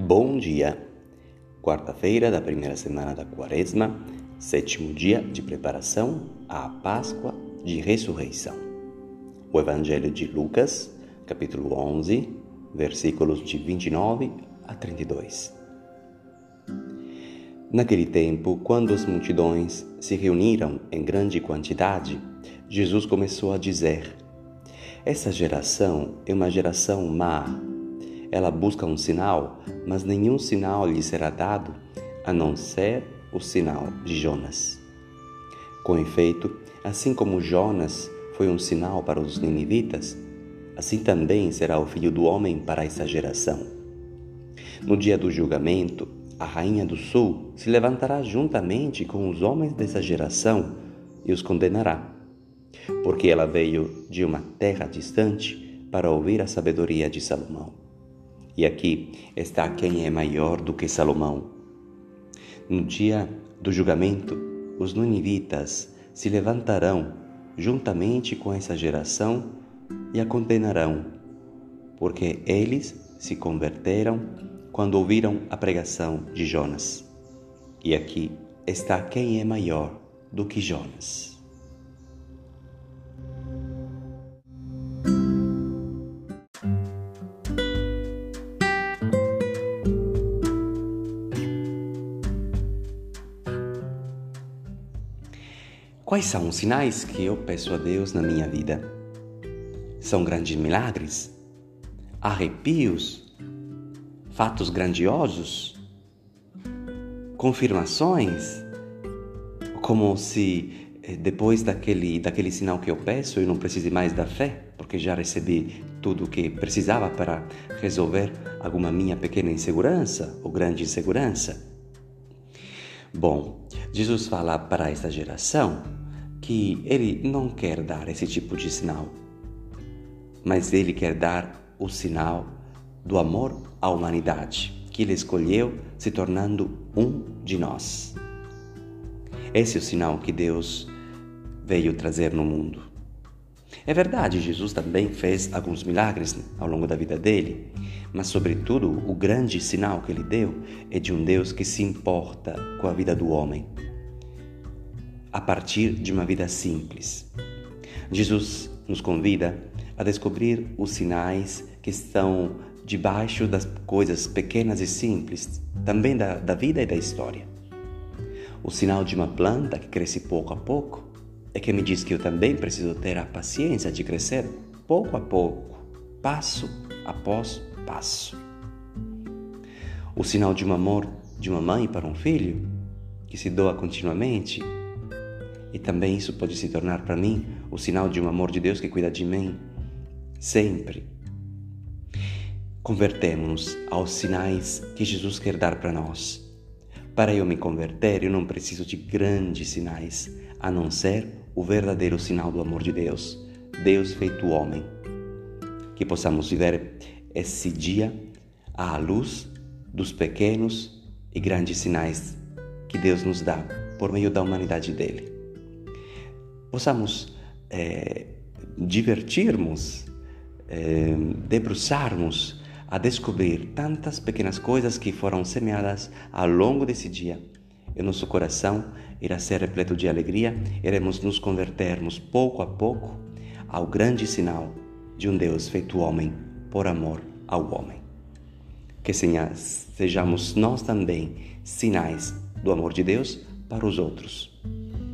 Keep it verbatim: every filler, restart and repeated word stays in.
Bom dia! Quarta-feira da primeira semana da Quaresma, sétimo dia de preparação à Páscoa de Ressurreição. O Evangelho de Lucas, capítulo onze, versículos de vinte e nove a trinta e dois. Naquele tempo, quando as multidões se reuniram em grande quantidade, Jesus começou a dizer: Essa geração é uma geração má. Ela busca um sinal, mas nenhum sinal lhe será dado, a não ser o sinal de Jonas. Com efeito, assim como Jonas foi um sinal para os ninivitas, assim também será o Filho do Homem para essa geração. No dia do julgamento, a rainha do sul se levantará juntamente com os homens dessa geração e os condenará, porque ela veio de uma terra distante para ouvir a sabedoria de Salomão. E aqui está quem é maior do que Salomão. No dia do julgamento, os ninivitas se levantarão juntamente com essa geração e a condenarão, porque eles se converteram quando ouviram a pregação de Jonas. E aqui está quem é maior do que Jonas. Quais são os sinais que eu peço a Deus na minha vida? São grandes milagres? Arrepios? Fatos grandiosos? Confirmações? Como se depois daquele, daquele sinal que eu peço eu não precise mais da fé, porque já recebi tudo o que precisava para resolver alguma minha pequena insegurança ou grande insegurança? Bom, Jesus fala para esta geração que ele não quer dar esse tipo de sinal, mas ele quer dar o sinal do amor à humanidade, que ele escolheu se tornando um de nós. Esse é o sinal que Deus veio trazer no mundo. É verdade, Jesus também fez alguns milagres ao longo da vida dele, mas sobretudo o grande sinal que ele deu é de um Deus que se importa com a vida do homem, a partir de uma vida simples. Jesus nos convida a descobrir os sinais que estão debaixo das coisas pequenas e simples, também da, da vida e da história. O sinal de uma planta que cresce pouco a pouco é que me diz que eu também preciso ter a paciência de crescer pouco a pouco, passo após passo. O sinal de um amor de uma mãe para um filho que se doa continuamente, e também isso pode se tornar para mim o sinal de um amor de Deus que cuida de mim sempre. Convertemos-nos aos sinais que Jesus quer dar para nós. Para eu me converter, eu não preciso de grandes sinais, a não ser o verdadeiro sinal do amor de Deus, Deus feito homem. Que possamos viver esse dia à luz dos pequenos e grandes sinais que Deus nos dá por meio da humanidade dele. Possamos é, divertirmos, é, debruçarmos a descobrir tantas pequenas coisas que foram semeadas ao longo desse dia. E nosso coração irá ser repleto de alegria, iremos nos convertermos pouco a pouco ao grande sinal de um Deus feito homem por amor ao homem. Que sejamos nós também sinais do amor de Deus para os outros.